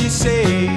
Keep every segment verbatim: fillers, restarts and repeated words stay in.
you say.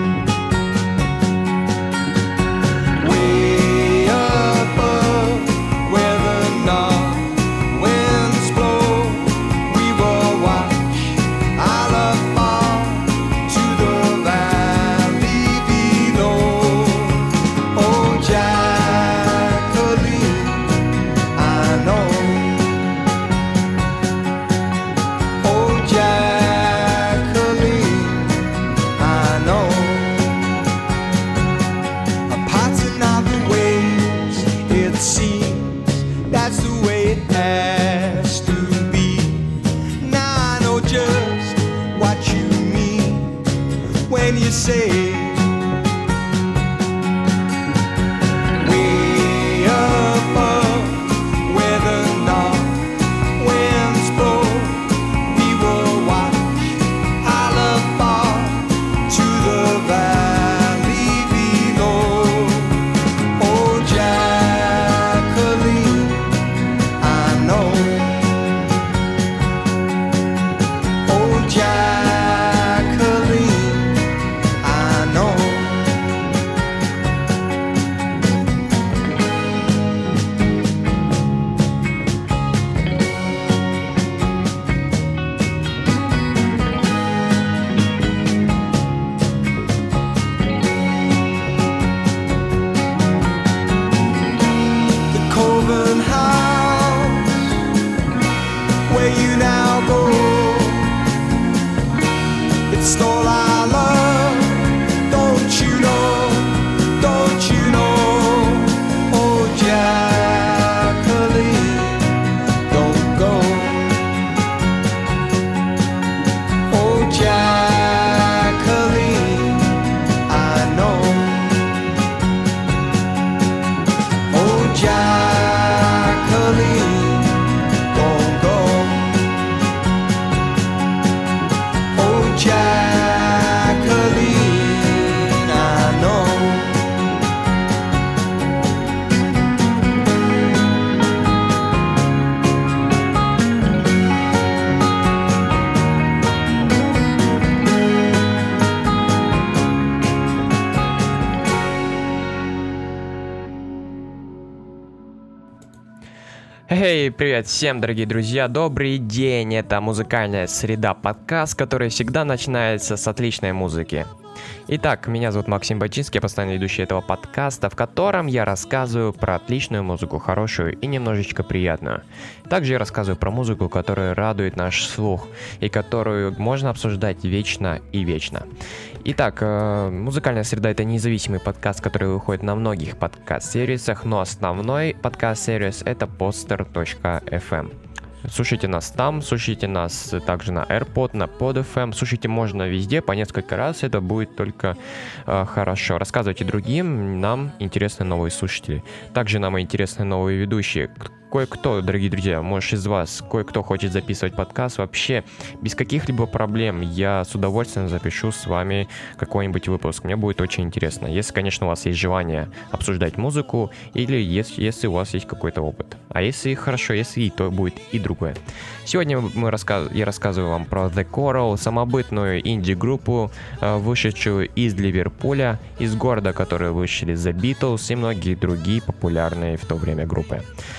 Эй, привет всем, дорогие друзья, добрый день, это «Музыкальная среда» подкаст, который всегда начинается с отличной музыки. Итак, меня зовут Максим Бачинский, я постоянно ведущий этого подкаста, в котором я рассказываю про отличную музыку, хорошую и немножечко приятную. Также я рассказываю про музыку, которая радует наш слух и которую можно обсуждать вечно и вечно. Итак, «Музыкальная среда» — это независимый подкаст, который выходит на многих подкаст-сервисах, но основной подкаст-сервис — это podster точка эф эм. Слушайте нас там, слушайте нас также на AirPod, на Pod эф эм, слушайте можно везде по несколько раз, это будет только э, хорошо. Рассказывайте другим, нам интересны новые слушатели. Также нам интересны новые ведущие. Кое-кто, дорогие друзья, может из вас, кое-кто хочет записывать подкаст, вообще без каких-либо проблем я с удовольствием запишу с вами какой-нибудь выпуск. Мне будет очень интересно, если, конечно, у вас есть желание обсуждать музыку или если, если у вас есть какой-то опыт. А если хорошо, если и то будет и другое. Сегодня мы рассказ... я рассказываю вам про The Coral, самобытную инди-группу, вышедшую из Ливерпуля, из города, которые вышли The Beatles и многие другие популярные в то время группы.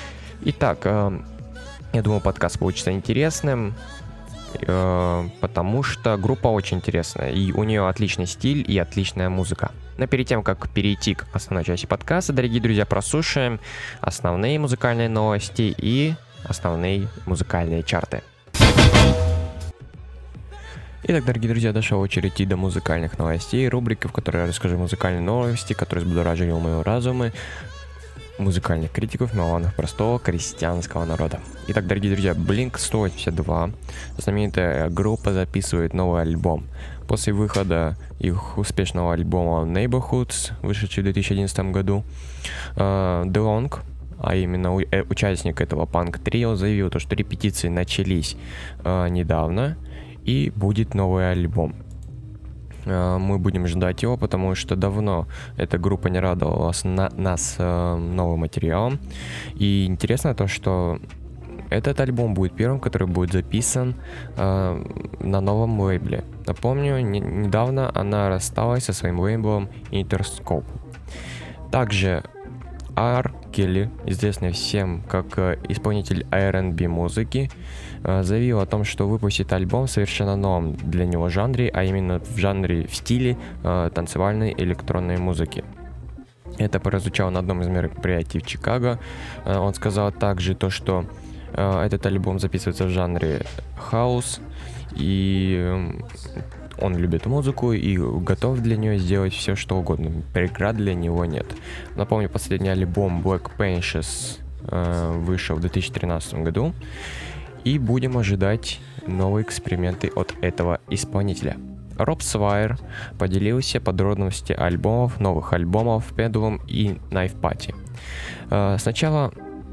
Итак, э, я думаю, подкаст получится интересным, э, потому что группа очень интересная, и у нее отличный стиль и отличная музыка. Но перед тем, как перейти к основной части подкаста, дорогие друзья, прослушаем основные музыкальные новости и основные музыкальные чарты. Итак, дорогие друзья, дошла очередь и до музыкальных новостей, рубрики, в которой я расскажу музыкальные новости, которые взбудоражили мои разумы, музыкальных критиков, меломанов простого крестьянского народа. Итак, дорогие друзья, блинк сто восемьдесят два, знаменитая группа, записывает новый альбом. После выхода их успешного альбома Neighborhoods, вышедший в две тысячи одиннадцатом году, uh, DeLonge, а именно у- э, участник этого панк-трио, заявил, то, что репетиции начались uh, недавно и будет новый альбом. Мы будем ждать его, потому что давно эта группа не радовала на, нас э, новым материалом. И интересно то, что этот альбом будет первым, который будет записан э, на новом лейбле. Напомню, не, недавно она рассталась со своим лейблом Interscope. Также R. Kelly, известный всем как э, исполнитель ар энд би музыки, э, заявил о том, что выпустит альбом в совершенно новом для него жанре, а именно в жанре, в стиле э, танцевальной электронной музыки. Это прозвучало на одном из мероприятий в Чикаго. Э, он сказал также то, что э, этот альбом записывается в жанре хаус, и э, он любит музыку и готов для нее сделать все, что угодно. Преград для него нет. Напомню, последний альбом Black Panthers э, вышел в две тысячи тринадцатом году. И будем ожидать новые эксперименты от этого исполнителя. Роб Свайер поделился подробностями альбомов, новых альбомов Pendulum и Knife Party. Э, сначала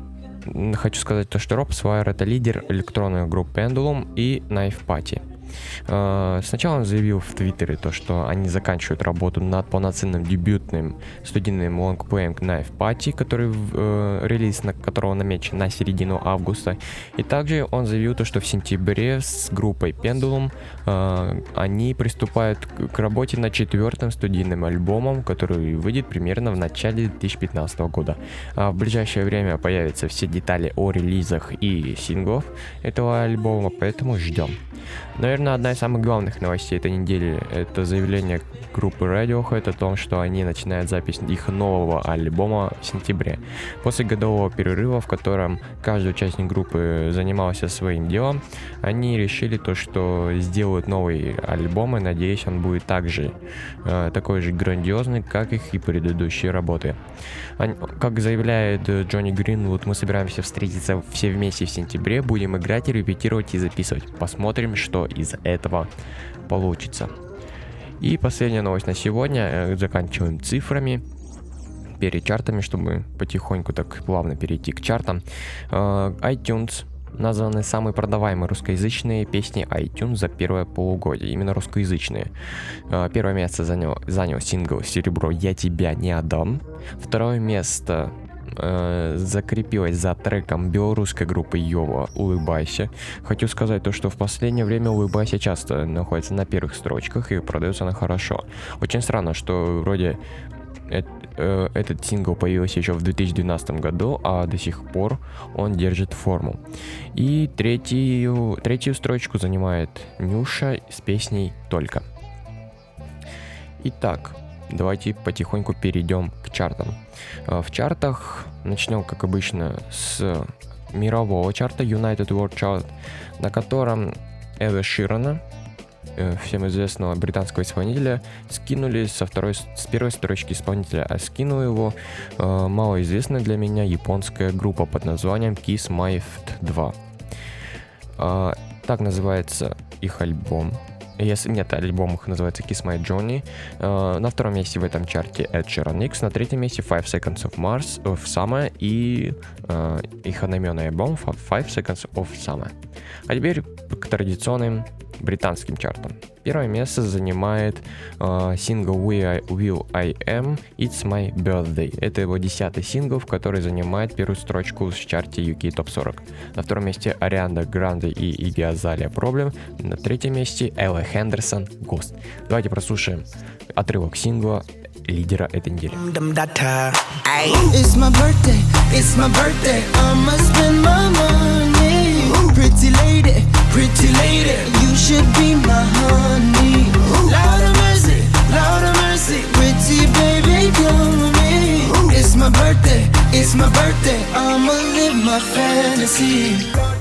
хочу сказать то, что Роб Свайер — это лидер электронных групп Pendulum и Knife Party. Сначала он заявил в Твиттере то, что они заканчивают работу над полноценным дебютным студийным лонгплеем Knife Party, который э, релиз на которого намечен на середину августа. И также он заявил то, что в сентябре с группой Pendulum э, они приступают к, к работе над четвертым студийным альбомом, который выйдет примерно в начале две тысячи пятнадцатого года. А в ближайшее время появятся все детали о релизах и синглов этого альбома, поэтому ждем. Наверное, одна из самых главных новостей этой недели — это заявление группы Radiohead о том, что они начинают запись их нового альбома в сентябре. После годового перерыва, в котором каждый участник группы занимался своим делом, они решили то, что сделают новый альбом, и надеюсь, он будет также э, такой же грандиозный, как их и предыдущие работы. Они, как заявляет Джонни Гринвуд, мы собираемся встретиться все вместе в сентябре, будем играть, репетировать и записывать. Посмотрим, что из этого получится. И последняя новость на сегодня. Заканчиваем цифрами перед чартами, чтобы потихоньку так плавно перейти к чартам. iTunes названы самые продаваемые русскоязычные песни iTunes за первое полугодие. Именно русскоязычные. Первое место занял, занял сингл «Серебро, я тебя не отдам». Второе место э, закрепилась за треком белорусской группы Йова «Улыбайся». Хочу сказать то, что в последнее время «Улыбайся» часто находится на первых строчках и продается она хорошо. Очень странно, что вроде э, э, этот сингл появился еще в две тысячи двенадцатом году, а до сих пор он держит форму. И третью, третью строчку занимает Нюша с песней «Только». Итак, давайте потихоньку перейдем к чартам. В чартах начнем, как обычно, с мирового чарта United World Chart, на котором Эда Ширана, всем известного британского исполнителя, скинули со второй, с первой строчки исполнителя, а скинула его э, малоизвестная для меня японская группа под названием Kiss My F два. Э, так называется их альбом. Если нет, альбом их называется Kiss My Johnny. Uh, на втором месте в этом чарте Ed Sheeran X, на третьем месте Five Seconds of Mars of Summer и uh, их одноименный альбом Five Seconds of Summer. А теперь к традиционным британским чартам. Первое место занимает uh, сингл We Will I Am It's My Birthday. Это его десятый сингл, в который занимает первую строчку в чарте ю кей топ сорок. На втором месте Ариана Гранде и Игги Азалия Problem. На третьем месте Элла Хендерсон Ghost. Давайте прослушаем отрывок сингла лидера этой недели. It's my birthday, it's my birthday, I'ma spend my money. Pretty lady, pretty lady, you should be my honey. Lord of mercy, Lord of mercy, pretty baby, come with me. It's my birthday, it's my birthday, I'ma live my fantasy.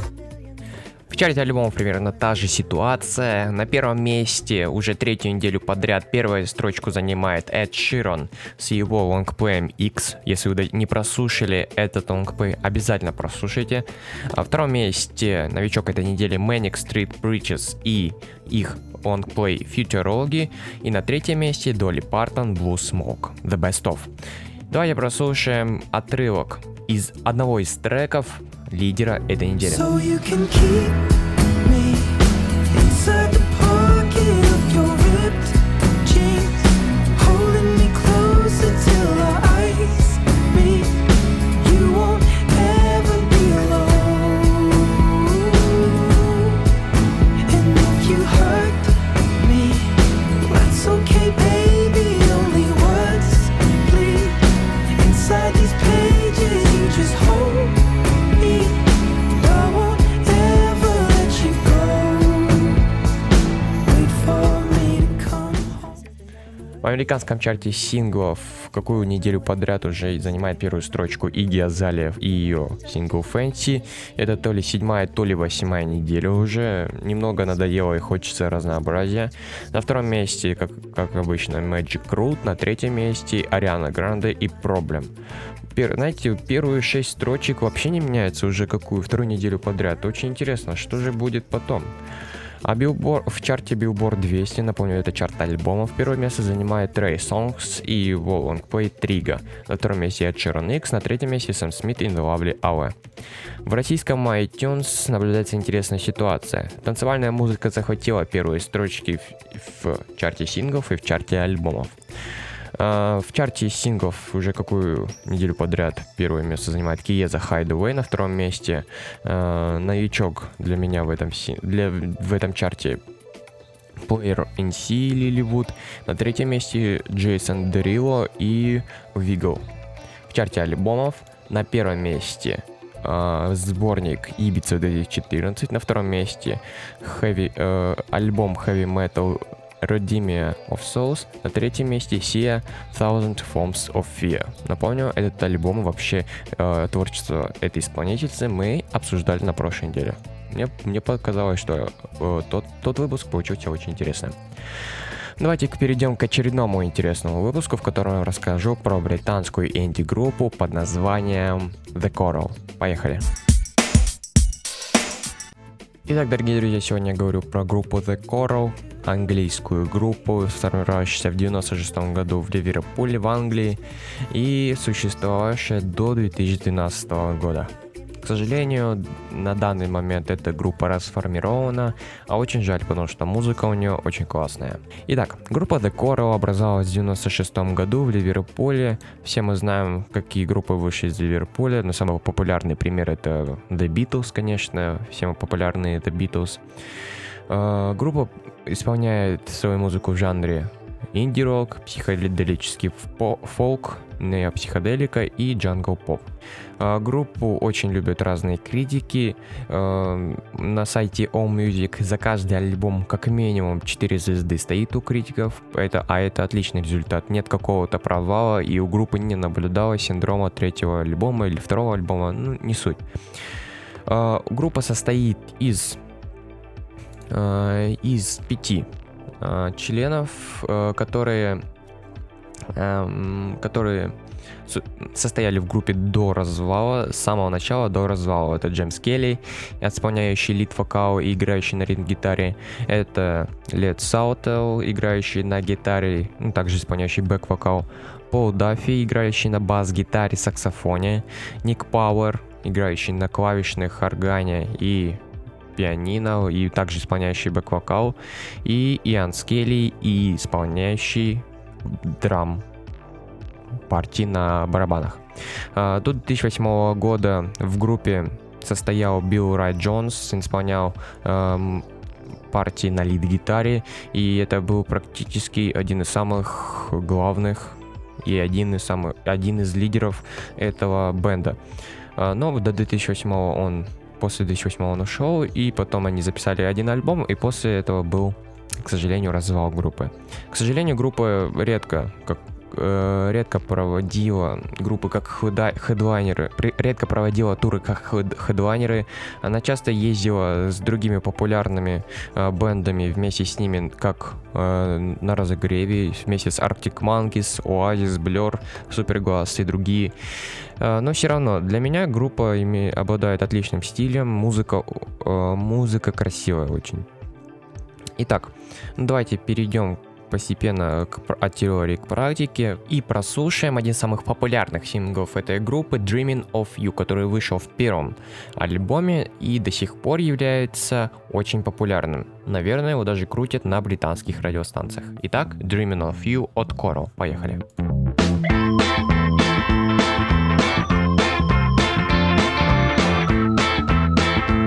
В чарте альбомов примерно та же ситуация. На первом месте уже третью неделю подряд первую строчку занимает Эд Ширан с его лонгплеем X. Если вы не прослушали этот лонгплей, обязательно прослушайте. На втором месте новичок этой недели Manic Street Preachers и их лонгплей Futurology. И на третьем месте Dolly Parton Blue Smoke The Best Of. Давайте прослушаем отрывок из одного из треков лидера этой недели. So you can keep me inside the pocket of your ripped jeans, holding me closer till our eyes meet. You won't ever be alone. It's okay, baby, only words complete. Inside these pages, you just hold me. I won't ever let you go. Wait for me to come home. В американском чарте синглов какую неделю подряд уже занимает первую строчку Игги Азалия и ее сингл Fancy. Это то ли седьмая, то ли восьмая неделя уже. Немного надоело и хочется разнообразия. На втором месте, как, как обычно, Magic Root. На третьем месте Ариана Гранде и Problem. Пер, знаете, первые шесть строчек вообще не меняются уже какую вторую неделю подряд. Очень интересно, что же будет потом. А Billboard, в чарте Billboard двести, напомню, это чарт альбомов, первое место занимает Trey Songz и Long Play Triga. На втором месте Ed Sheeran X, на третьем месте Sam Smith in the Lovely Hour. В российском iTunes наблюдается интересная ситуация. Танцевальная музыка захватила первые строчки в, в чарте синглов и в чарте альбомов. Uh, в чарте синглов уже какую неделю подряд первое место занимает Киеза Hideaway, на втором месте uh, новичок для меня в этом, для, в этом чарте Player эн си Lilywood, на третьем месте Джейсон Дерило и Wiggle. В чарте альбомов на первом месте uh, сборник Ibiza две тысячи четырнадцать, на втором месте heavy, uh, альбом Heavy Metal Rhodesia of Souls, на третьем месте Sia Thousand Forms of Fear. Напомню, этот альбом, вообще э, творчество этой исполнительницы мы обсуждали на прошлой неделе. Мне, мне показалось, что э, тот, тот выпуск получился очень интересным. Давайте перейдем к очередному интересному выпуску, в котором я расскажу про британскую инди-группу под названием The Coral. Поехали! Итак, дорогие друзья, сегодня я говорю про группу The Coral, английскую группу, сформировавшуюся в девяносто шестом году в Ливерпуле в Англии и существовавшая до две тысячи двенадцатого года. К сожалению, на данный момент эта группа расформирована, а очень жаль, потому что музыка у нее очень классная. Итак, группа The Coral образовалась в девяносто шестом году в Ливерпуле. Все мы знаем, какие группы вышли из Ливерпуля, но самый популярный пример это The Beatles, конечно, всем популярные The Beatles. Uh, группа исполняет свою музыку в жанре инди-рок, психоделический фолк, неопсиходелика и джангл-поп. Uh, группу очень любят разные критики. Uh, на сайте AllMusic за каждый альбом как минимум четыре звезды стоит у критиков, это, а это отличный результат. Нет какого-то провала, и у группы не наблюдалось синдрома третьего альбома или второго альбома, ну не суть. Uh, группа состоит из из пяти uh, членов, uh, которые, um, которые с- состояли в группе до развала, с самого начала до развала. Это Джеймс Келли, исполняющий лид-вокал и играющий на ритм-гитаре. Это Лед Саутел, играющий на гитаре, ну, также исполняющий бэк-вокал. Пол Даффи, играющий на бас-гитаре, саксофоне. Ник Пауэр, играющий на клавишных, органе и пианино, и также исполняющий бэк-вокал, и Иан Скелли, и исполняющий драм партии на барабанах. Uh, до две тысячи восьмого года в группе состоял Билл Райт Джонс, исполнял um, партии на лид-гитаре, и это был практически один из самых главных и один из, самых, один из лидеров этого бенда. Uh, но до две тысячи восьмого он После две тысячи восьмого он ушел, и потом они записали один альбом, и после этого был, к сожалению, развал группы. К сожалению, группа редко, как, э, редко проводила группы как хеда- хедлайнеры, при, редко проводила туры как хед- хедлайнеры. Она часто ездила с другими популярными э, бэндами вместе с ними, как э, на разогреве, вместе с Arctic Monkeys, Oasis, Blur, Supergrass и другие. Но все равно, для меня группа име... обладает отличным стилем, музыка, э, музыка красивая очень. Итак, давайте перейдем постепенно к, от теории к практике и прослушаем один из самых популярных синглов этой группы Dreaming of You, который вышел в первом альбоме и до сих пор является очень популярным. Наверное, его даже крутят на британских радиостанциях. Итак, Dreaming of You от Coral. Поехали.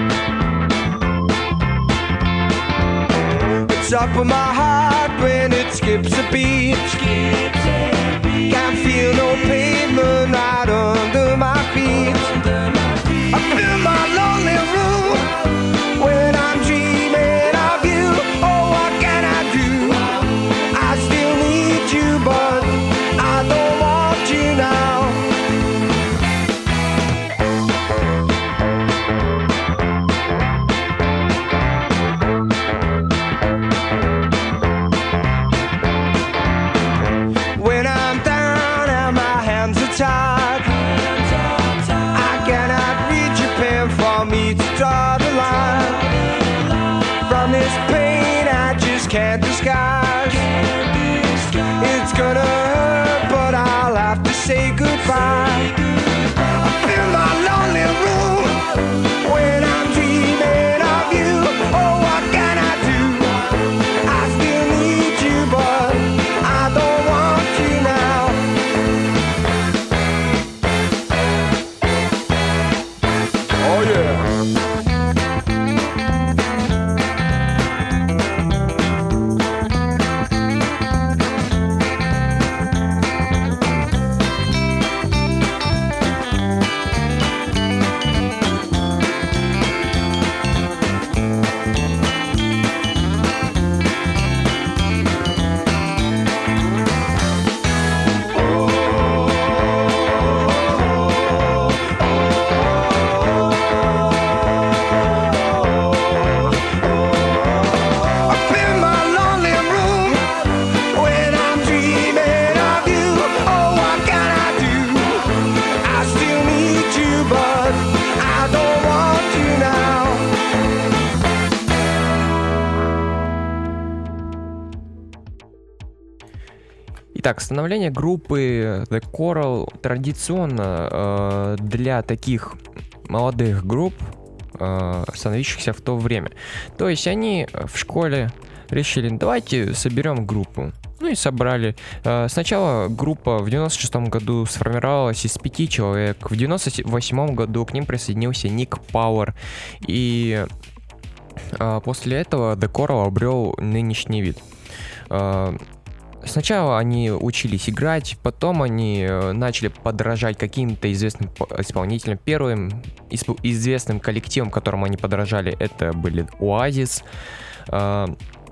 Top of my heart when it skips a beat. Can't feel no pavement right under my feet. Up in my lonely room when I'm dreaming of you. Oh, what can I do? I still need you, but I don't want you now. When I'm down and my hands are tied, I cannot reach your pen for me to draw the line. From this pain I just can't disguise. It's gonna hurt, but I'll have to say goodbye. Up in my lonely room when I'm dreaming of you. Oh, what can I do? I still need you, but I don't want you now. Oh yeah. Up in my lonely room when I'm dreaming of you. Oh, what can I do? I still need you, but I don't want you now. Итак, становление группы The Coral традиционно э, для таких молодых групп, э, становящихся в то время. То есть они в школе решили, давайте соберем группу. Ну и собрали. Э, сначала группа в девяносто шестом году сформировалась из пяти человек. В девяносто восьмом году к ним присоединился Ник Пауэр. И э, после этого The Coral обрел нынешний вид. Э, Сначала они учились играть, потом они э, начали подражать каким-то известным п- исполнителям. Первым исп- известным коллективом, которому они подражали, это были Oasis. Э,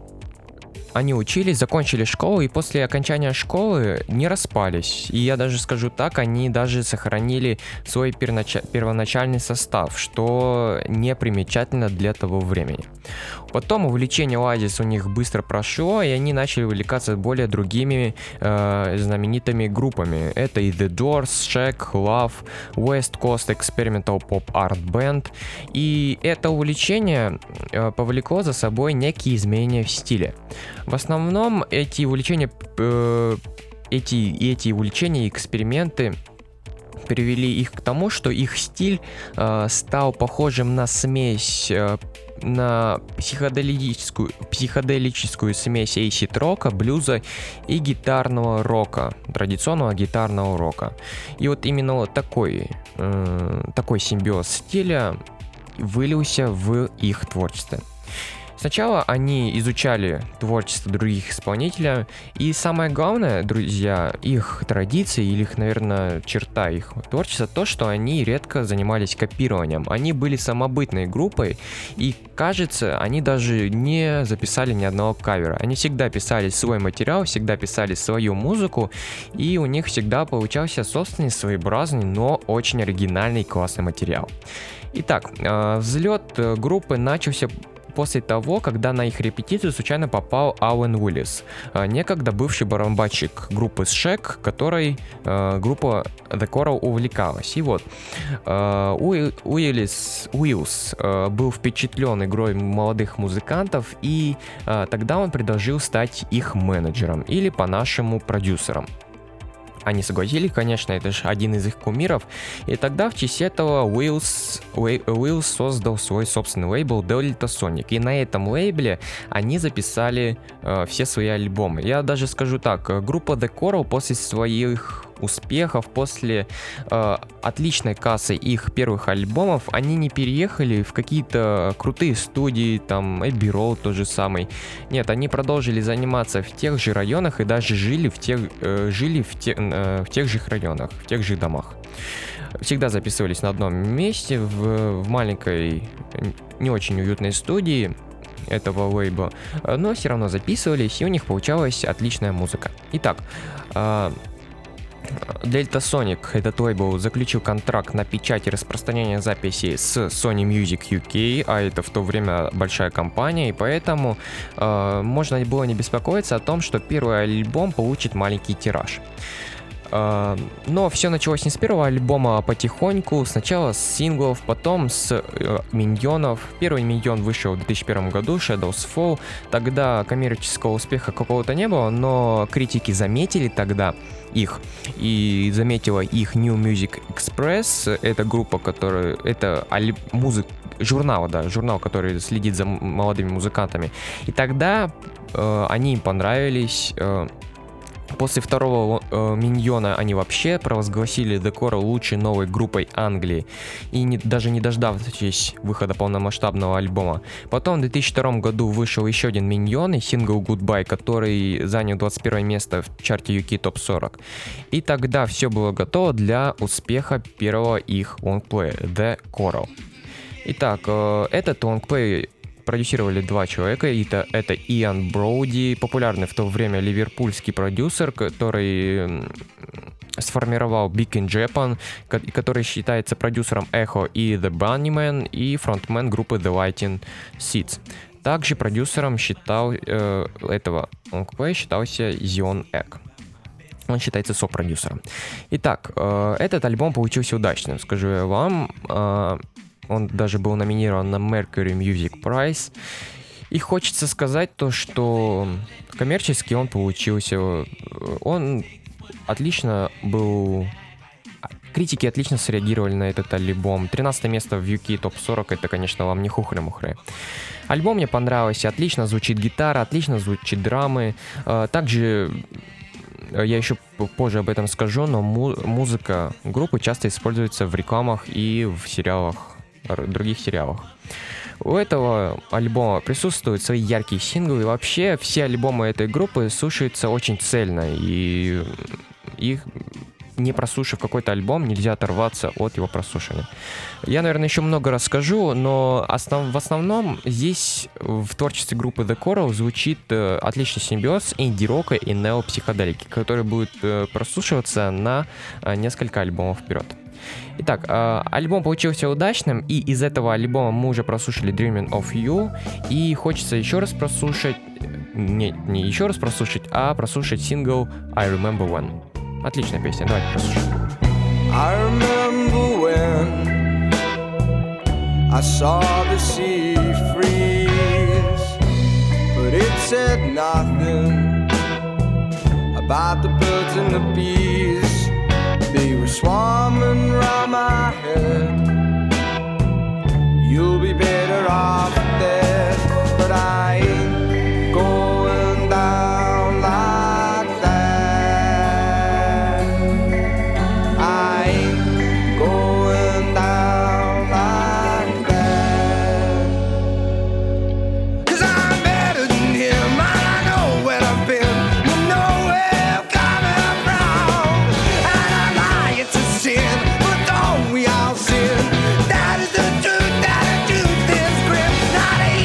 Они учились, закончили школу, и после окончания школы не распались. И я даже скажу так, они даже сохранили свой пернача- первоначальный состав, что не примечательно для того времени. Потом увлечение Oasis у них быстро прошло, и они начали увлекаться более другими э, знаменитыми группами. Это и The Doors, Shaq, Love, West Coast Experimental Pop Art Band. И это увлечение э, повлекло за собой некие изменения в стиле. В основном эти увлечения, э, эти, эти увлечения и эксперименты привели их к тому, что их стиль э, стал похожим на смесь, э, на психоделическую, психоделическую смесь эйсид-рока, блюза и гитарного рока, традиционного гитарного рока. И вот именно вот такой, э, такой симбиоз стиля вылился в их творчестве. Сначала они изучали творчество других исполнителей, и самое главное, друзья, их традиции или их, наверное, черта их творчества, то, что они редко занимались копированием. Они были самобытной группой, и, кажется, они даже не записали ни одного кавера. Они всегда писали свой материал, всегда писали свою музыку, и у них всегда получался собственный, своеобразный, но очень оригинальный, классный материал. Итак, взлет группы начался после того, когда на их репетицию случайно попал Алан Уиллис, некогда бывший барабанщик группы Shaq, которой э, группа The Coral увлекалась. И вот, э, Уиллис, Уиллс э, был впечатлен игрой молодых музыкантов, и э, тогда он предложил стать их менеджером, или по-нашему продюсером. Они согласились, конечно, это же один из их кумиров. И тогда в честь этого Уиллс, Уиллс создал свой собственный лейбл Delta Sonic. И на этом лейбле они записали э, все свои альбомы. Я даже скажу так, группа The Coral после своих успехов, после э, отличной кассы их первых альбомов, они не переехали в какие-то крутые студии, там, Abbey Road тот же самый. Нет, они продолжили заниматься в тех же районах и даже жили в тех, э, жили в, те, э, в тех же районах, в тех же домах. Всегда записывались на одном месте, в, в маленькой, не очень уютной студии этого лейбла, но все равно записывались, и у них получалась отличная музыка. Итак, Deltasonic, этот лейбл, заключил контракт на печать и распространение записей с Sony Music ю кей, а это в то время большая компания, и поэтому э, можно было не беспокоиться о том, что первый альбом получит маленький тираж. Но все началось не с первого альбома, а потихоньку. Сначала с синглов, потом с э, миньонов. Первый миньон вышел в две тысячи первом году, Shadows Fall. Тогда коммерческого успеха какого-то не было, но критики заметили тогда их. И заметила их New Music Express. Это группа, которая... Это аль... музык... журнал, да, журнал, который следит за молодыми музыкантами. И тогда э, они им понравились... Э, После второго э, миньона они вообще провозгласили The Coral лучшей новой группой Англии, и не, даже не дождавшись выхода полномасштабного альбома. Потом в две тысячи втором году вышел еще один миньон и сингл Goodbye, который занял двадцать первое место в чарте ю кей топ сорок. И тогда все было готово для успеха первого их лонгплея The Coral. Итак, э, этот лонгплей продюсировали два человека, это, это Иан Броуди, популярный в то время ливерпульский продюсер, который сформировал Big in Japan, который считается продюсером Echo и The Bunnymen, и фронтмен группы The Lightning Seeds. Также продюсером считал э, этого лонгплея считался Zion Egg. Он считается сопродюсером. Итак, э, этот альбом получился удачным, скажу я вам. Э, Он даже был номинирован на Mercury Music Prize. И хочется сказать то, что коммерчески он получился. Он отлично был... Критики отлично среагировали на этот альбом. тринадцатое место в ю кей топ сорок, это, конечно, вам не хухры-мухры. Альбом мне понравился. Отлично звучит гитара, отлично звучит драмы. Также... Я еще позже об этом скажу, но му- музыка группы часто используется в рекламах и в сериалах, других сериалах. У этого альбома присутствуют свои яркие синглы, и вообще все альбомы этой группы слушаются очень цельно, и их, не прослушав какой-то альбом, нельзя оторваться от его прослушивания. Я, наверное, еще много расскажу, но основ, в основном здесь в творчестве группы The Coral звучит э, отличный симбиоз инди-рока и неопсиходелики, который будет э, прослушиваться на э, несколько альбомов вперед. Итак, э, альбом получился удачным, и из этого альбома мы уже прослушали Dreaming of You, и хочется еще раз прослушать, не, не еще раз прослушать, а прослушать сингл I Remember When. Отличная песня, давайте прослушаем. I remember when I saw the sea freeze, but it said nothing about the birds and the bees. They were swarming round my head. You'll be better off dead, but I ain't going down like that. I ain't going down like that. 'Cause I'm better than him. I know where I've been, you know where I'm coming from. And I lie, it's a sin, but don't we all sin? That is the truth, that the truth is grim. Not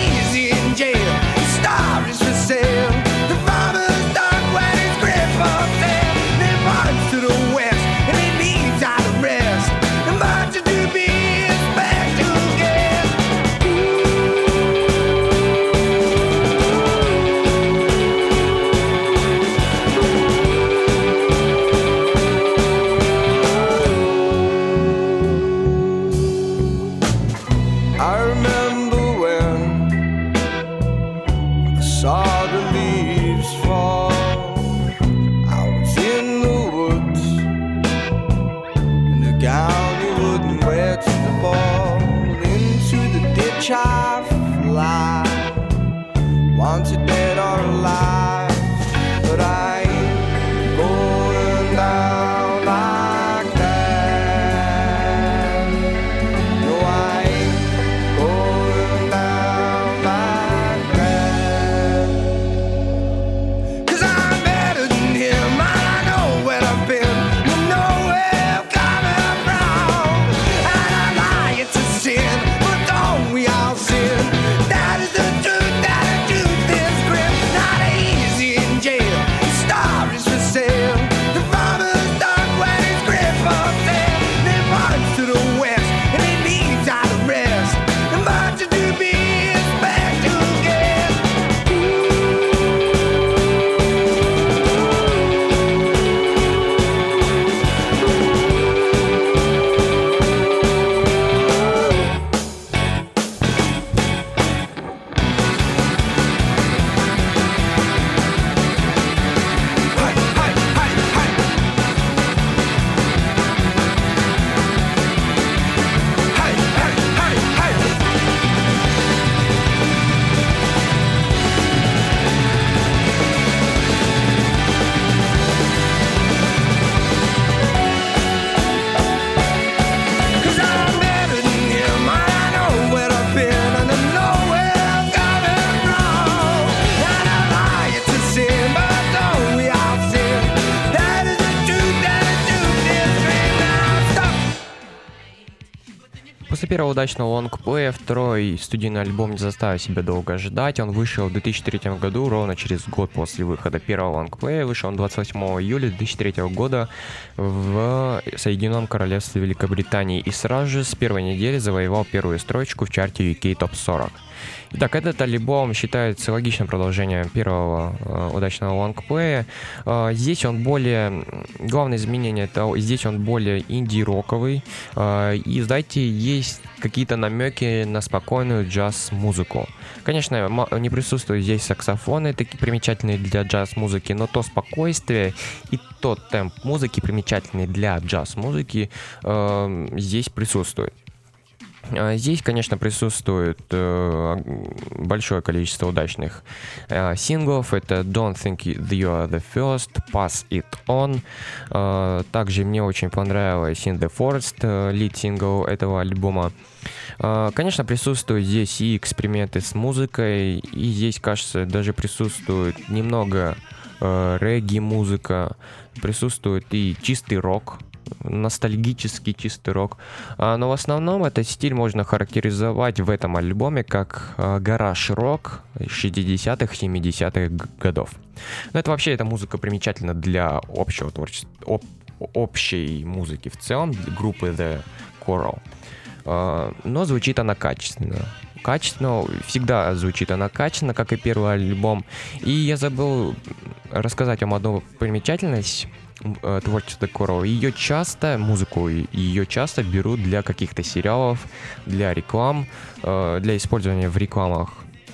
после первого удачного лонгплея второй студийный альбом не заставил себя долго ожидать. Он вышел в две тысячи третьем году, ровно через год после выхода первого лонгплея. Вышел он двадцать восьмого июля две тысячи третьего года в Соединенном Королевстве Великобритании и сразу же с первой недели завоевал первую строчку в чарте ю кей топ сорок. Итак, этот альбом считается логичным продолжением первого э, удачного лонгплея. Э, здесь он более... Главное изменение — это здесь он более инди-роковый. Э, и, знаете, есть какие-то намеки на спокойную джаз-музыку. Конечно, не присутствуют здесь саксофоны, такие примечательные для джаз-музыки, но то спокойствие и тот темп музыки, примечательный для джаз-музыки, э, здесь присутствует. Здесь, конечно, присутствует э, большое количество удачных э, синглов. Это Don't Think You Are The First, Pass It On. Э, также мне очень понравилось In The Forest, э, лид-сингл этого альбома. Э, конечно, присутствуют здесь и эксперименты с музыкой, и здесь, кажется, даже присутствует немного э, регги-музыка, присутствует и чистый рок, ностальгический чистый рок. Но в основном этот стиль можно характеризовать в этом альбоме как гараж-рок шестидесятых, семидесятых годов. Но это вообще, эта музыка примечательна для общего творчества, об, общей музыки в целом, группы The Coral. Но звучит она качественно. Качественно, всегда звучит она качественно, как и первый альбом. И я забыл рассказать вам одну примечательность творчества Coral. Ее часто, музыку ее часто берут для каких-то сериалов, для реклам, для использования в рекламах.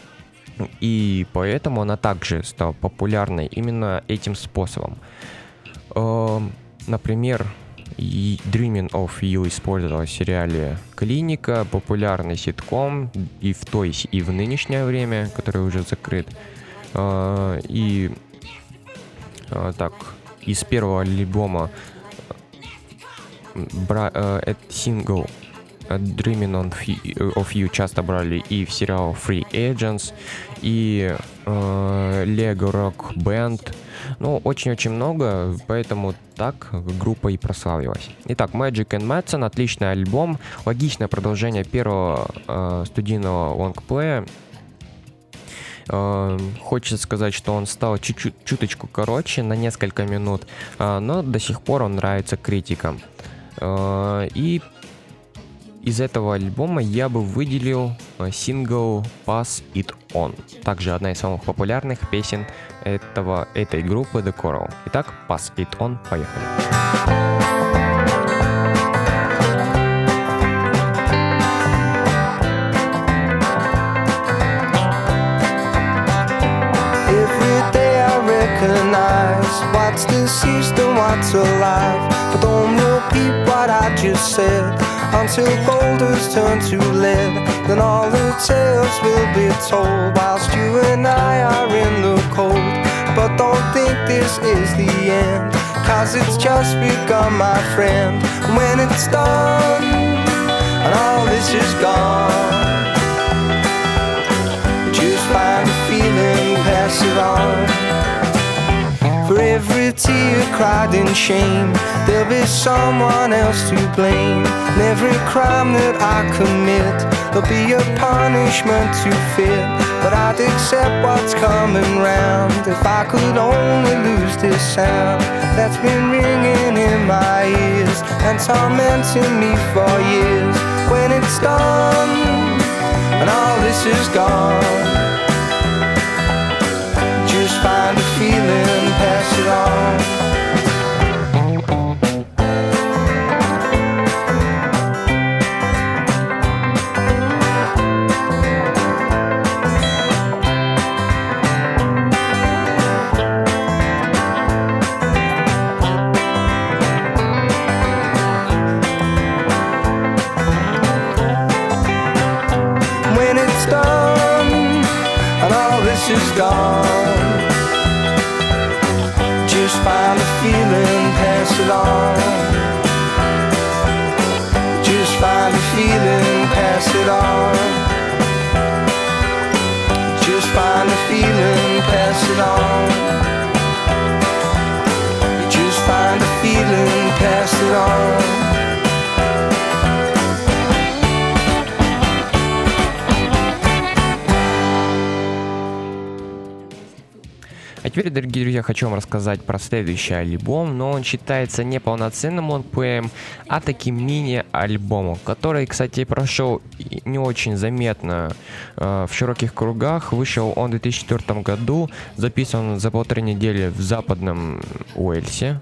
И поэтому она также стала популярной именно этим способом. Например, Dreaming of You использовала в сериале «Клиника», популярный ситком и в то, и в нынешнее время, который уже закрыт. И так... Из первого альбома бра- э, сингл Dreaming of You часто брали и в сериал Free Agents, и э, Lego Rock Band. Ну, очень-очень много, поэтому так группа и прославилась. Итак, Magic and Madsen — отличный альбом, логичное продолжение первого э, студийного лонгплея. Uh, хочется сказать, что он стал чуть-чуть чуточку короче, на несколько минут, uh, но до сих пор он нравится критикам. Uh, и из этого альбома я бы выделил uh, сингл Pass It On. Также одна из самых популярных песен этого, этой группы The Coral. Итак, Pass It On, поехали. What's deceased and what's alive, but don't repeat what I just said until gold has turned to lead. Then all the tales will be told whilst you and I are in the cold. But don't think this is the end, cause it's just begun, my friend. When it's done and all this is gone, just find a feeling, pass it on. For every tear cried in shame, there'll be someone else to blame. And every crime that I commit, there'll be a punishment to fit. But I'd accept what's coming round if I could only lose this sound that's been ringing in my ears and tormenting me for years. When it's done and all this is gone, just find a feeling, pass it on. When it's done and all this is gone, just find a feeling, pass it on. Just find a feeling, pass it on. Just find a feeling, pass it on. Just find a feeling, pass it on. теперь, дорогие друзья, хочу вам рассказать про следующий альбом, но он считается не полноценным лонгплеем, а таким мини-альбомом, который, кстати, прошел не очень заметно э, в широких кругах. Вышел он в две тысячи четвёртом году, записан за полторы недели в западном Уэльсе.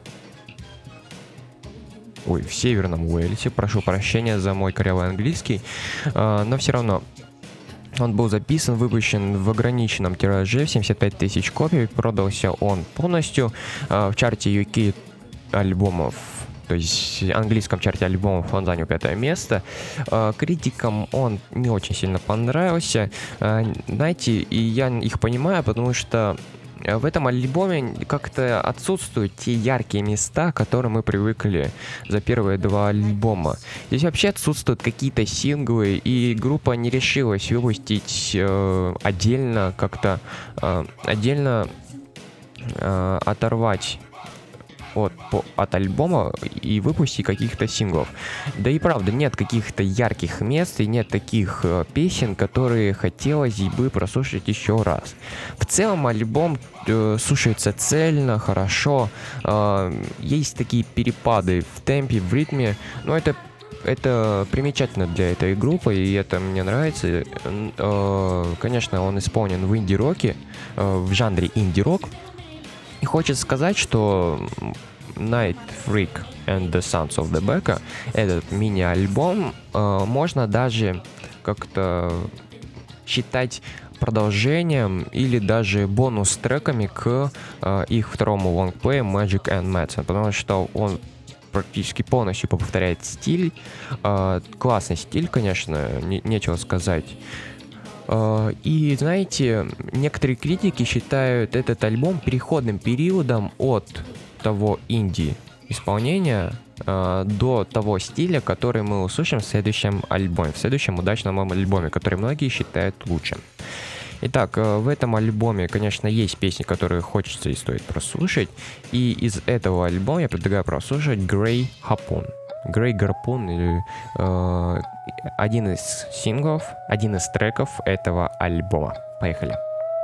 Ой, в северном Уэльсе, прошу прощения за мой корявый английский, э, но все равно. Он был записан, выпущен в ограниченном тираже в семьдесят пять тысяч копий. Продался он полностью э, в чарте ю кей альбомов, то есть в английском чарте альбомов он занял пятое место. Э, критикам он не очень сильно понравился. Э, знаете, и я их понимаю, потому что в этом альбоме как-то отсутствуют те яркие места, к которым мы привыкли за первые два альбома. Здесь вообще отсутствуют какие-то синглы, и группа не решилась выпустить э, отдельно, как-то э, отдельно э, оторвать от, по, от альбома и выпустить каких-то синглов. Да и правда, нет каких-то ярких мест и нет таких э, песен, которые хотелось бы прослушать еще раз. В целом альбом э, слушается цельно, хорошо. Э, есть такие перепады в темпе, в ритме, но это Это примечательно для этой группы, и это мне нравится. Э, конечно, он исполнен в инди-роке, э, в жанре инди-рок. И хочется сказать, что Night Freak and the Sons of the Becca, этот мини-альбом, э, можно даже как-то считать продолжением или даже бонус-треками к э, их второму лонгплею Magic and Medicine, потому что он практически полностью повторяет стиль. Э, классный стиль, конечно, не, нечего сказать. И, знаете, некоторые критики считают этот альбом переходным периодом от того инди-исполнения э, до того стиля, который мы услышим в следующем альбоме, в следующем удачном альбоме, который многие считают лучшим. Итак, э, в этом альбоме, конечно, есть песни, которые хочется и стоит прослушать, и из этого альбома я предлагаю прослушать Grey Harpoon. Grey Harpoon, или э, один из синглов, один из треков этого альбома. Поехали.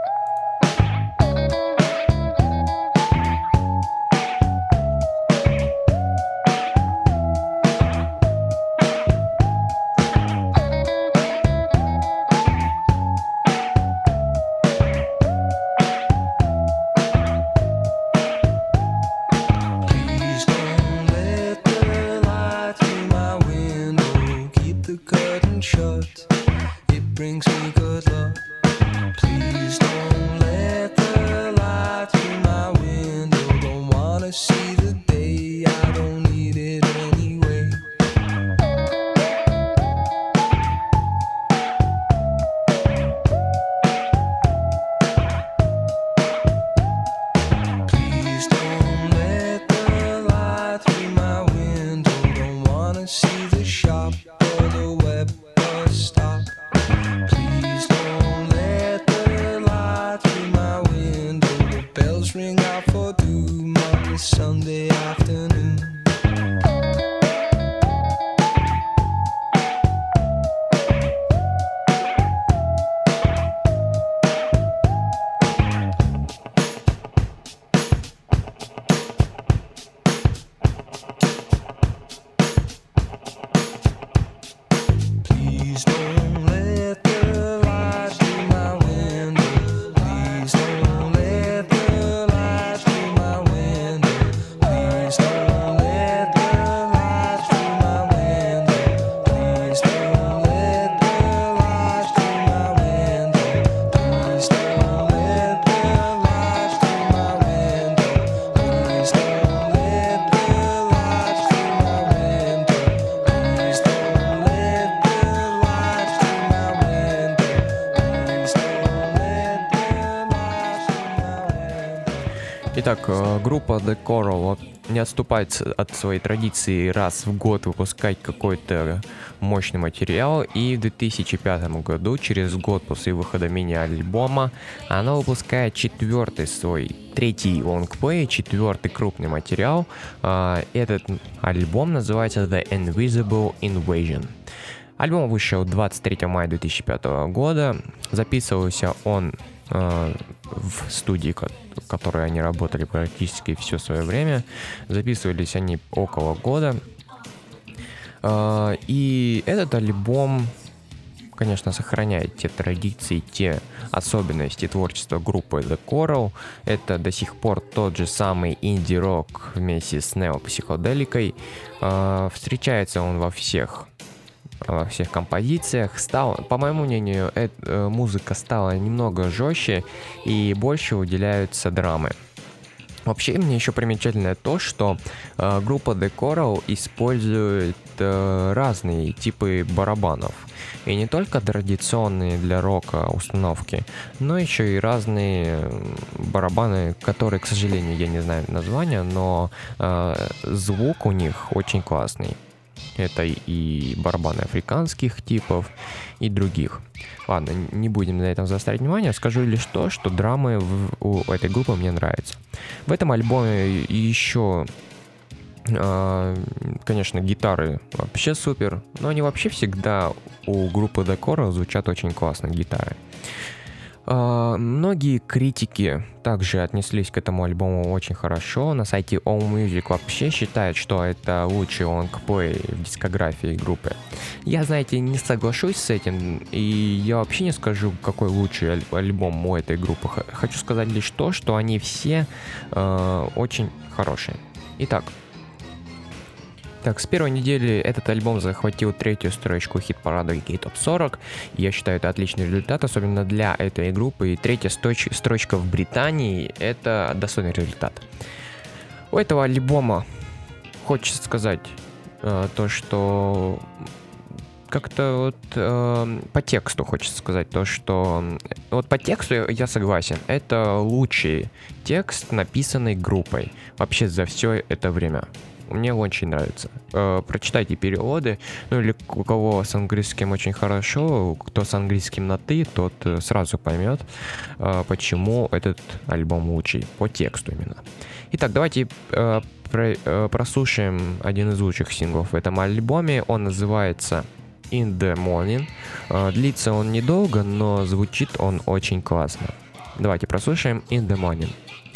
Итак, группа The Coral не отступает от своей традиции раз в год выпускать какой-то мощный материал, и в две тысячи пятом году, через год после выхода мини-альбома, она выпускает четвертый свой, третий лонгплей, четвертый крупный материал. Этот альбом называется The Invisible Invasion. Альбом вышел двадцать третьего мая две тысячи пятого года, записывался он э, в студии, в которой они работали практически все свое время. Записывались они около года. Э, и этот альбом, конечно, сохраняет те традиции, те особенности творчества группы The Coral. Это до сих пор тот же самый инди-рок вместе с неопсиходеликой. Э, встречается он во всех, во всех композициях. Стал, по моему мнению, эта музыка стала немного жестче и больше уделяются драмы. Вообще, мне еще примечательно то, что э, группа The Coral использует э, разные типы барабанов. И не только традиционные для рока установки, но еще и разные барабаны, которые, к сожалению, я не знаю названия, но э, звук у них очень классный. Это и барабаны африканских типов, и других. Ладно, не будем на этом заострять внимание. Скажу лишь то, что драмы в, у этой группы мне нравятся. В этом альбоме еще, э, конечно, гитары вообще супер. Но они вообще всегда у группы The Coral звучат очень классно, гитары. Uh, многие критики также отнеслись к этому альбому очень хорошо. На сайте AllMusic вообще считают, что это лучший лонгплей в дискографии группы. Я, знаете, не соглашусь с этим, и я вообще не скажу, какой лучший аль- альбом у этой группы. Х- хочу сказать лишь то, что они все uh, очень хорошие. Итак, Так, с первой недели этот альбом захватил третью строчку хит-парада ю кей Топ сорок. Я считаю, это отличный результат, особенно для этой группы. И третья сточ- строчка в Британии — это достойный результат. У этого альбома хочется сказать э, то, что как-то вот э, по тексту хочется сказать то, что вот по тексту я согласен. Это лучший текст, написанный группой вообще за все это время. Мне очень нравится. Э, прочитайте переводы, ну или у кого с английским очень хорошо, кто с английским на «ты», тот сразу поймет, э, почему этот альбом лучший, по тексту именно. Итак, давайте э, про, э, прослушаем один из лучших синглов в этом альбоме. Он называется In the Morning. Э, длится он недолго, но звучит он очень классно. Давайте прослушаем In the Morning.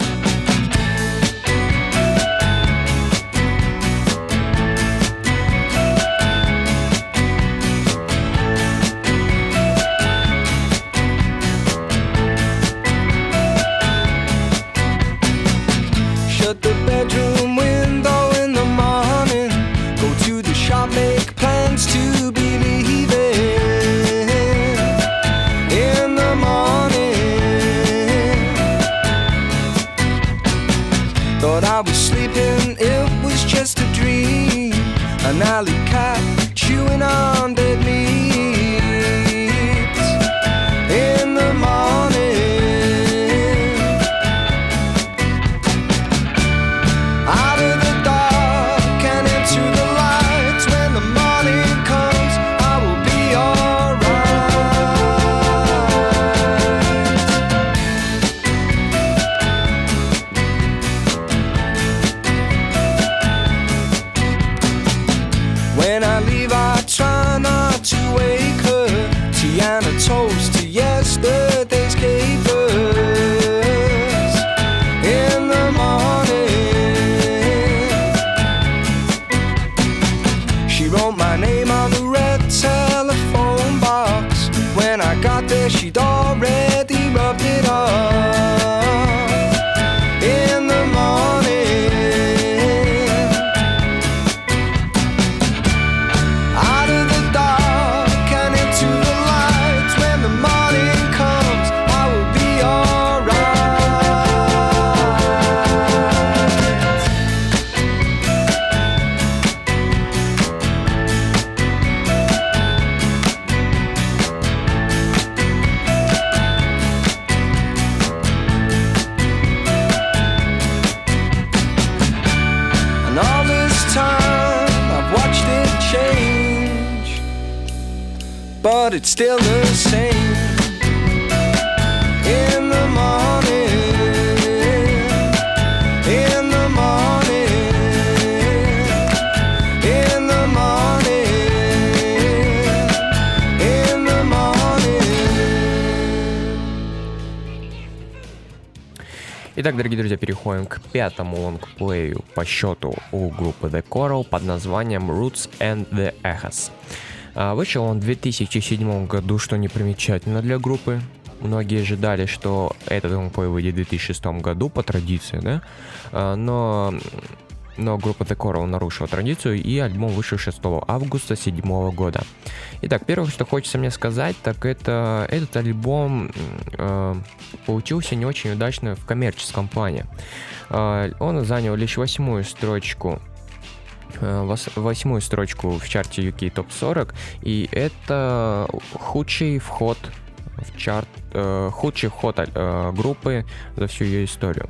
The bedroom window in the morning, go to the shop, make plans to be leaving in the morning. Thought I was sleeping, it was just a dream. An alley cat chewing on dead meat in the morning. When I leave, I try not to wake her. Tiana toast to yesterday's capers in the morning. She wrote my name on the red telephone box. When I got there, she'd already rubbed it off in the morning. But it's still the same in the morning, in the morning, in the morning, in the morning. Итак, дорогие друзья, переходим к пятому лонгплею по счету у группы The Coral под названием Roots and the Echoes. Вышел он в две тысячи седьмом году, что не примечательно для группы. Многие ожидали, что этот лонгплей выйдет в две тысячи шестом году по традиции, да? Но, но группа The Coral нарушила традицию, и альбом вышел шестого августа седьмого года. Итак, первое, что хочется мне сказать, так это этот альбом э, получился не очень удачно в коммерческом плане. Э, он занял лишь восьмую строчку восьмую строчку в чарте ю кей топ сорок, и это худший вход в чарт, э, худший вход э, группы за всю ее историю.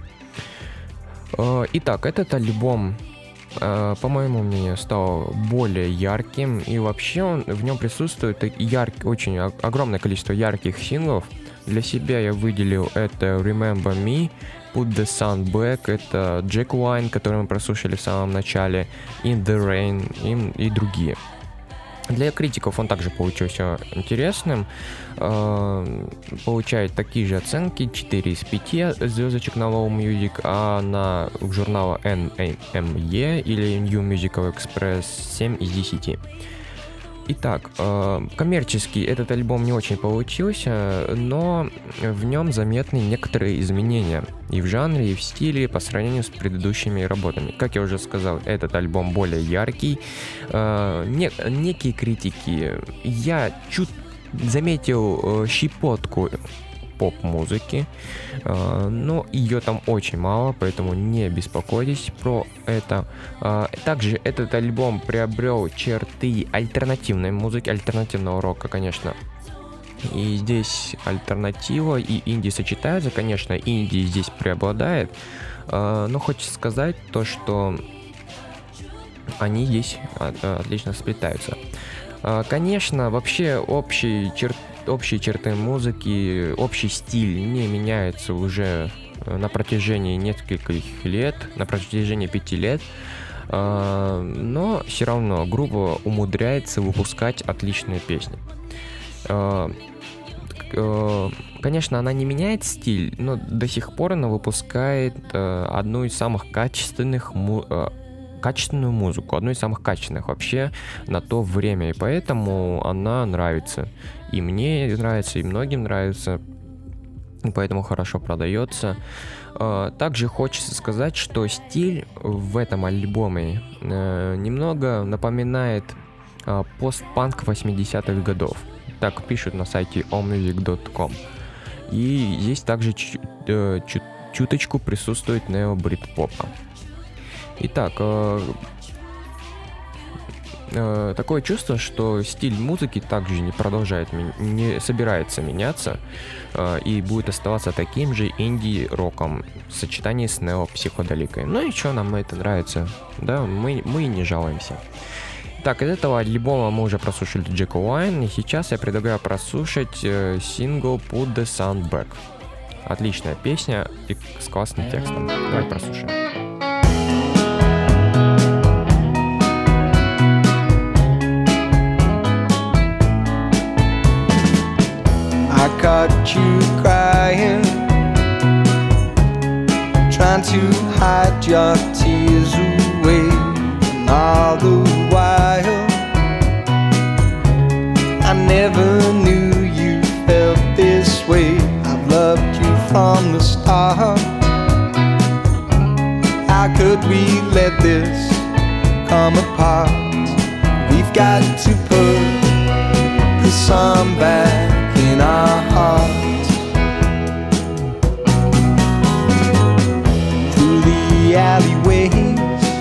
Э, итак, этот альбом, э, по моему мнению, стал более ярким, и вообще он, в нем присутствует ярк, очень огромное количество ярких синглов. Для себя я выделил это Remember Me, Put the Sun Back, это Jack Wine, который мы прослушали в самом начале, In the Rain и, и другие. Для критиков он также получился интересным, э, получает такие же оценки, четыре из пяти звездочек на Low Music, а на журнала эн эм и или New Musical Express семь из десяти. Итак, э, коммерчески этот альбом не очень получился, но в нем заметны некоторые изменения и в жанре, и в стиле по сравнению с предыдущими работами. Как я уже сказал, этот альбом более яркий. Э, не, некие критики, я чуть заметил э, щепотку поп-музыки, э, но ее там очень мало, поэтому не беспокойтесь про это. Э, также этот альбом приобрел черты альтернативной музыки, альтернативного рока, конечно. И здесь альтернатива и инди сочетаются, конечно, инди здесь преобладает, э, но хочется сказать то, что они здесь от, отлично сплетаются. Э, конечно, вообще общие черты Общие черты музыки, общий стиль не меняется уже на протяжении нескольких лет, на протяжении пяти лет, но все равно группа умудряется выпускать отличные песни. Конечно, она не меняет стиль, но до сих пор она выпускает одну из самых качественных качественную музыку, одну из самых качественных вообще на то время, и поэтому она нравится. И мне нравится, и многим нравится, и поэтому хорошо продается. Также хочется сказать, что стиль в этом альбоме немного напоминает постпанк восьмидесятых годов. Так пишут на сайте о мьюзик точка ком. И здесь также чуточку присутствует нео-брит-попа. Итак, э, э, такое чувство, что стиль музыки также не продолжает, не собирается меняться э, и будет оставаться таким же инди-роком в сочетании с нео-психоделикой. Ну и что, нам это нравится, да, мы, мы не жалуемся. Так, из этого альбома мы уже прослушали Jack Wine, и сейчас я предлагаю прослушать э, сингл Put the Sun Back. Отличная песня и с классным текстом. Давай прослушаем. I caught you crying, trying to hide your tears away, and all the while I never knew you felt this way. I've loved you from the start. How could we let this come apart? We've got to put the sun back in our hearts. Through the alleyways,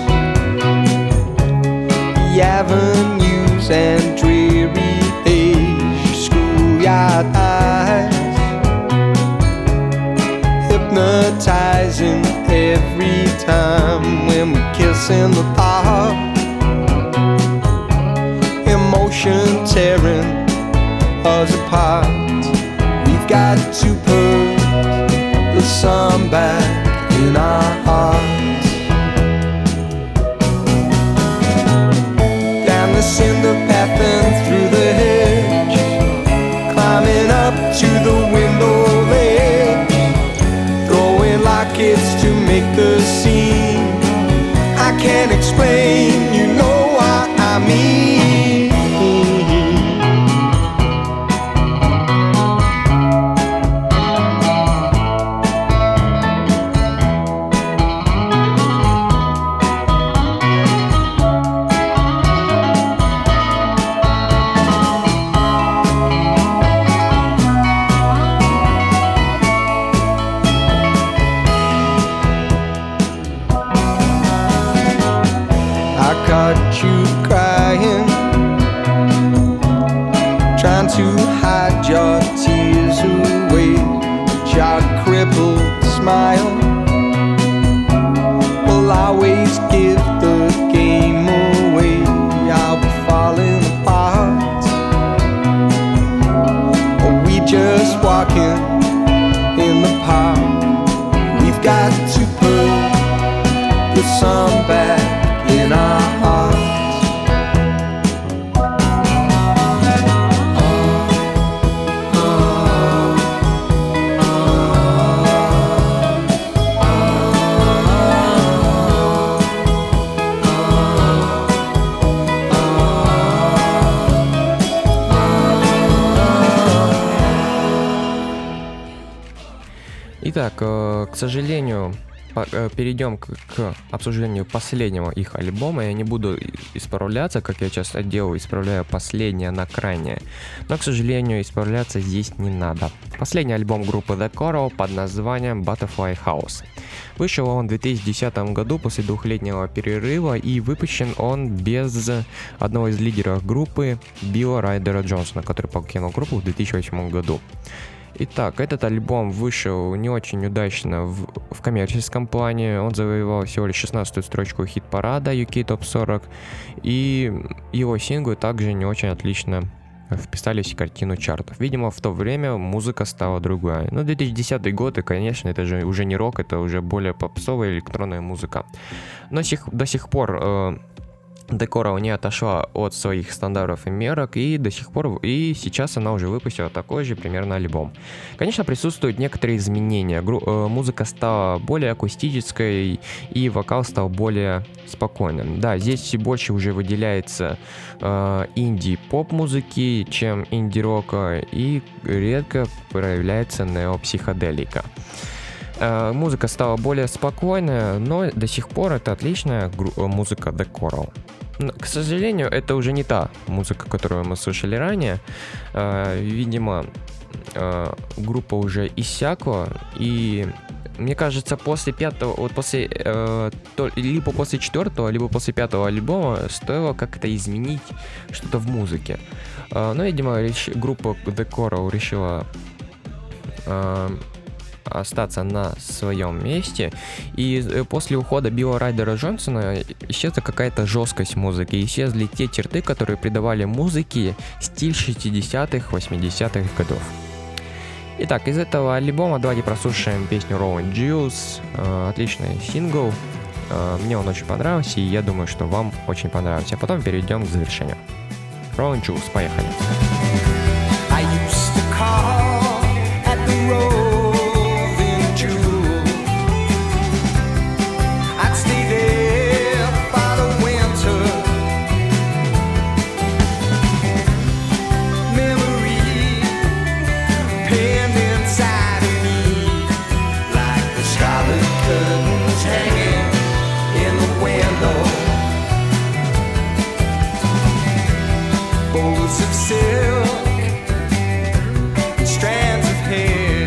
the avenues and dreary days, schoolyard eyes, hypnotizing every time when we kiss in the park. Emotion tearing us apart. We've got to put the sun back in our hearts. Down the cinder path and through the hedge, climbing up to the window ledge, throwing lockets I caught you crying, trying to hide your tears away, but your crippled smile will always give the game away. I'll be falling apart, or we just walking in the park. We've got to put the sun back in our hearts. Итак, к сожалению, перейдем к, к обсуждению последнего их альбома. Я не буду исправляться, как я часто делаю, исправляю последнее на крайнее. Но, к сожалению, исправляться здесь не надо. Последний альбом группы The Coral под названием Butterfly House. Вышел он в две тысячи десятом году после двухлетнего перерыва, и выпущен он без одного из лидеров группы Билла Райдера Джонсона, который покинул группу в две тысячи восьмом году. Итак, этот альбом вышел не очень удачно в, в коммерческом плане. Он завоевал всего лишь шестнадцатую строчку хит-парада ю кей топ сорок, и его синглы также не очень отлично вписались в картину чартов. Видимо, в то время музыка стала другая. Ну, две тысячи десятый год, и, конечно, это же уже не рок, это уже более попсовая электронная музыка. Но сих, до сих пор... Э, The Coral не отошла от своих стандартов и мерок, и до сих пор, и сейчас она уже выпустила такой же примерно альбом. Конечно, присутствуют некоторые изменения. Гру- э, музыка стала более акустической, и вокал стал более спокойным. Да, здесь больше уже выделяется э, инди-поп-музыки, чем инди-рока, и редко проявляется неопсиходелика. Э, музыка стала более спокойная, но до сих пор это отличная гру- музыка The Coral. Но, к сожалению, это уже не та музыка, которую мы слышали ранее. Э, видимо, э, группа уже иссякла, и мне кажется, после пятого, вот после, э, то, либо после четвертого, либо после пятого альбома стоило как-то изменить что-то в музыке. Э, но, видимо, реш... группа The Coral решила э, остаться на своем месте, и после ухода Билла Райдера Джонсона исчезла какая-то жесткость музыки, исчезли те черты, которые придавали музыке стиль шестидесятых, восьмидесятых годов. Итак, из этого альбома давайте прослушаем песню Rolling Juice, э, отличный сингл, э, мне он очень понравился, и я думаю, что вам очень понравится, а потом перейдем к завершению. Rolling Juice, поехали. I used to call at the road. Of silk and strands of hair,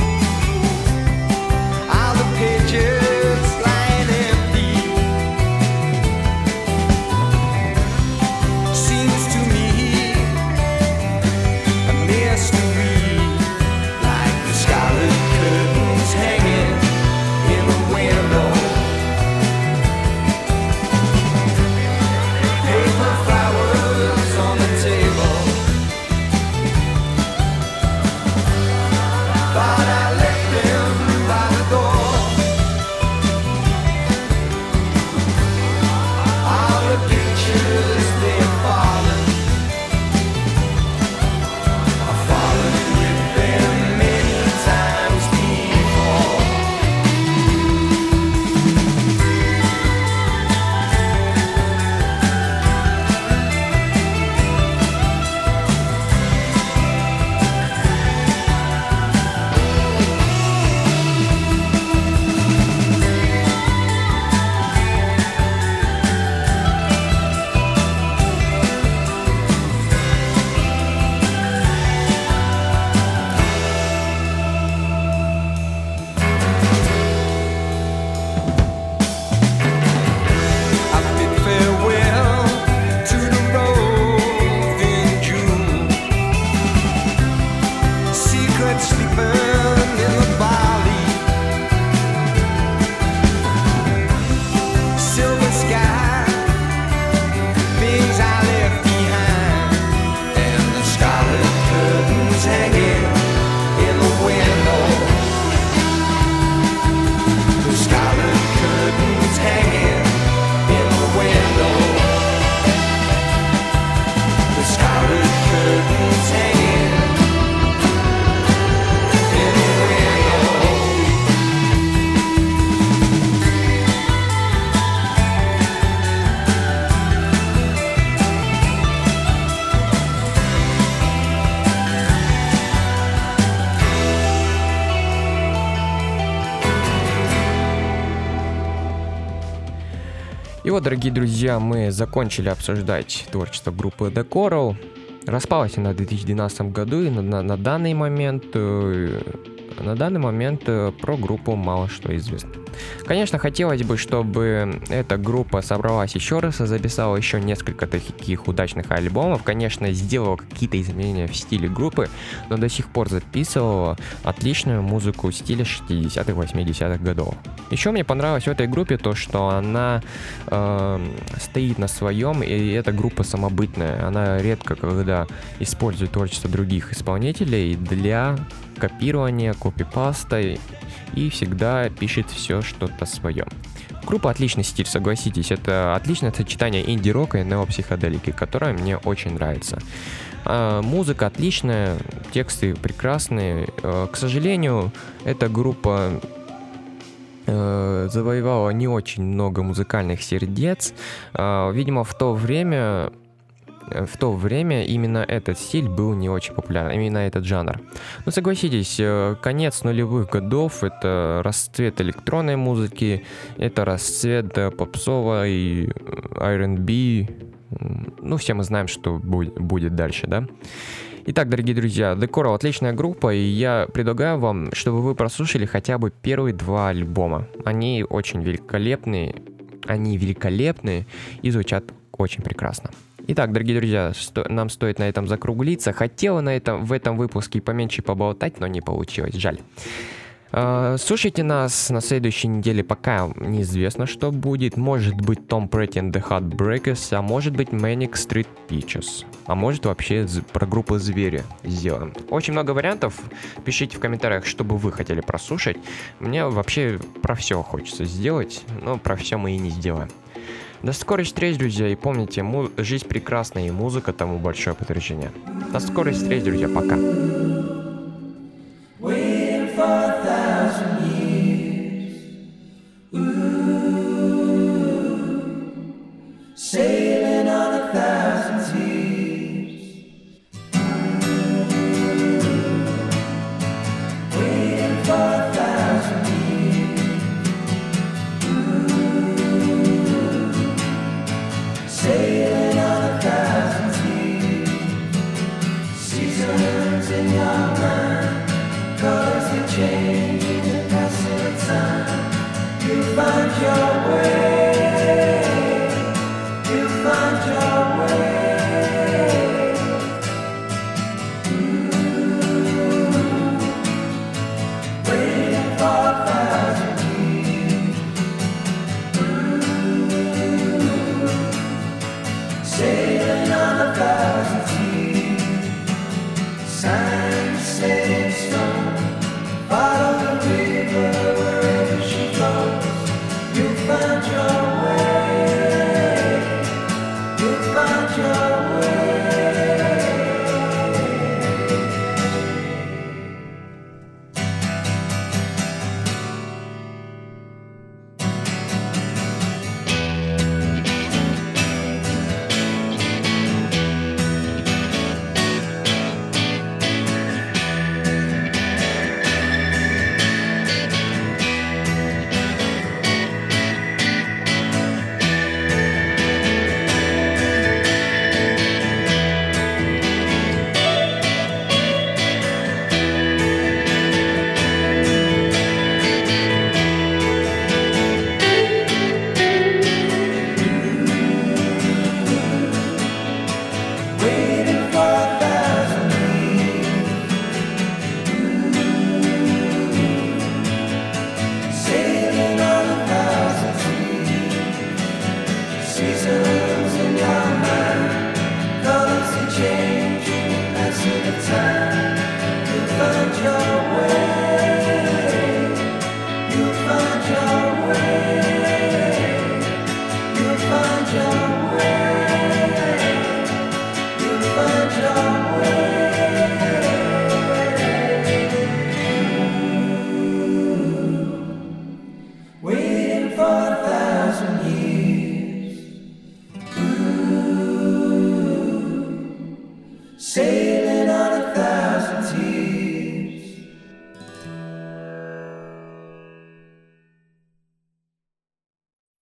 all the pages lying empty. Seems to me a mystery, like the scarlet curtains hanging in the window. Paper flowers on the table. вот, дорогие друзья, мы закончили обсуждать творчество группы The Coral. Распалась она в две тысячи двенадцатом году, и на, на, на данный момент э, на данный момент э, про группу мало что известно. Конечно, хотелось бы, чтобы эта группа собралась еще раз и записала еще несколько таких удачных альбомов. Конечно, сделала какие-то изменения в стиле группы, но до сих пор записывала отличную музыку в стиле шестидесятых, восьмидесятых годов. Еще мне понравилось в этой группе то, что она э, стоит на своем, и эта группа самобытная. Она редко когда использует творчество других исполнителей для копирования, копипаста, и всегда пишет все что-то свое. Группа отличный стиль, согласитесь, это отличное сочетание инди-рока и неопсиходелики, которое мне очень нравится. А, музыка отличная, тексты прекрасные. А, к сожалению, эта группа а, завоевала не очень много музыкальных сердец. А, видимо, в то время... В то время именно этот стиль был не очень популярен, именно этот жанр. Но согласитесь, конец нулевых годов — это расцвет электронной музыки, это расцвет попсовой, ар энд би. Ну, все мы знаем, что будет дальше, да? Итак, дорогие друзья, The Coral — отличная группа, и я предлагаю вам, чтобы вы прослушали хотя бы первые два альбома. Они очень великолепные, они великолепные и звучат очень прекрасно. Итак, дорогие друзья, сто, нам стоит на этом закруглиться. Хотела на этом, в этом выпуске поменьше поболтать, но не получилось, жаль. Uh, слушайте нас на следующей неделе, пока неизвестно, что будет. Может быть Tom Petty and the Heartbreakers, а может быть Manic Street Preachers, а может вообще про группу Звери сделаем. Очень много вариантов, пишите в комментариях, что бы вы хотели прослушать. Мне вообще про все хочется сделать, но про все мы и не сделаем. До скорой встречи, друзья, и помните, му- жизнь прекрасна, и музыка тому большое подтверждение. До скорой встречи, друзья, пока. Say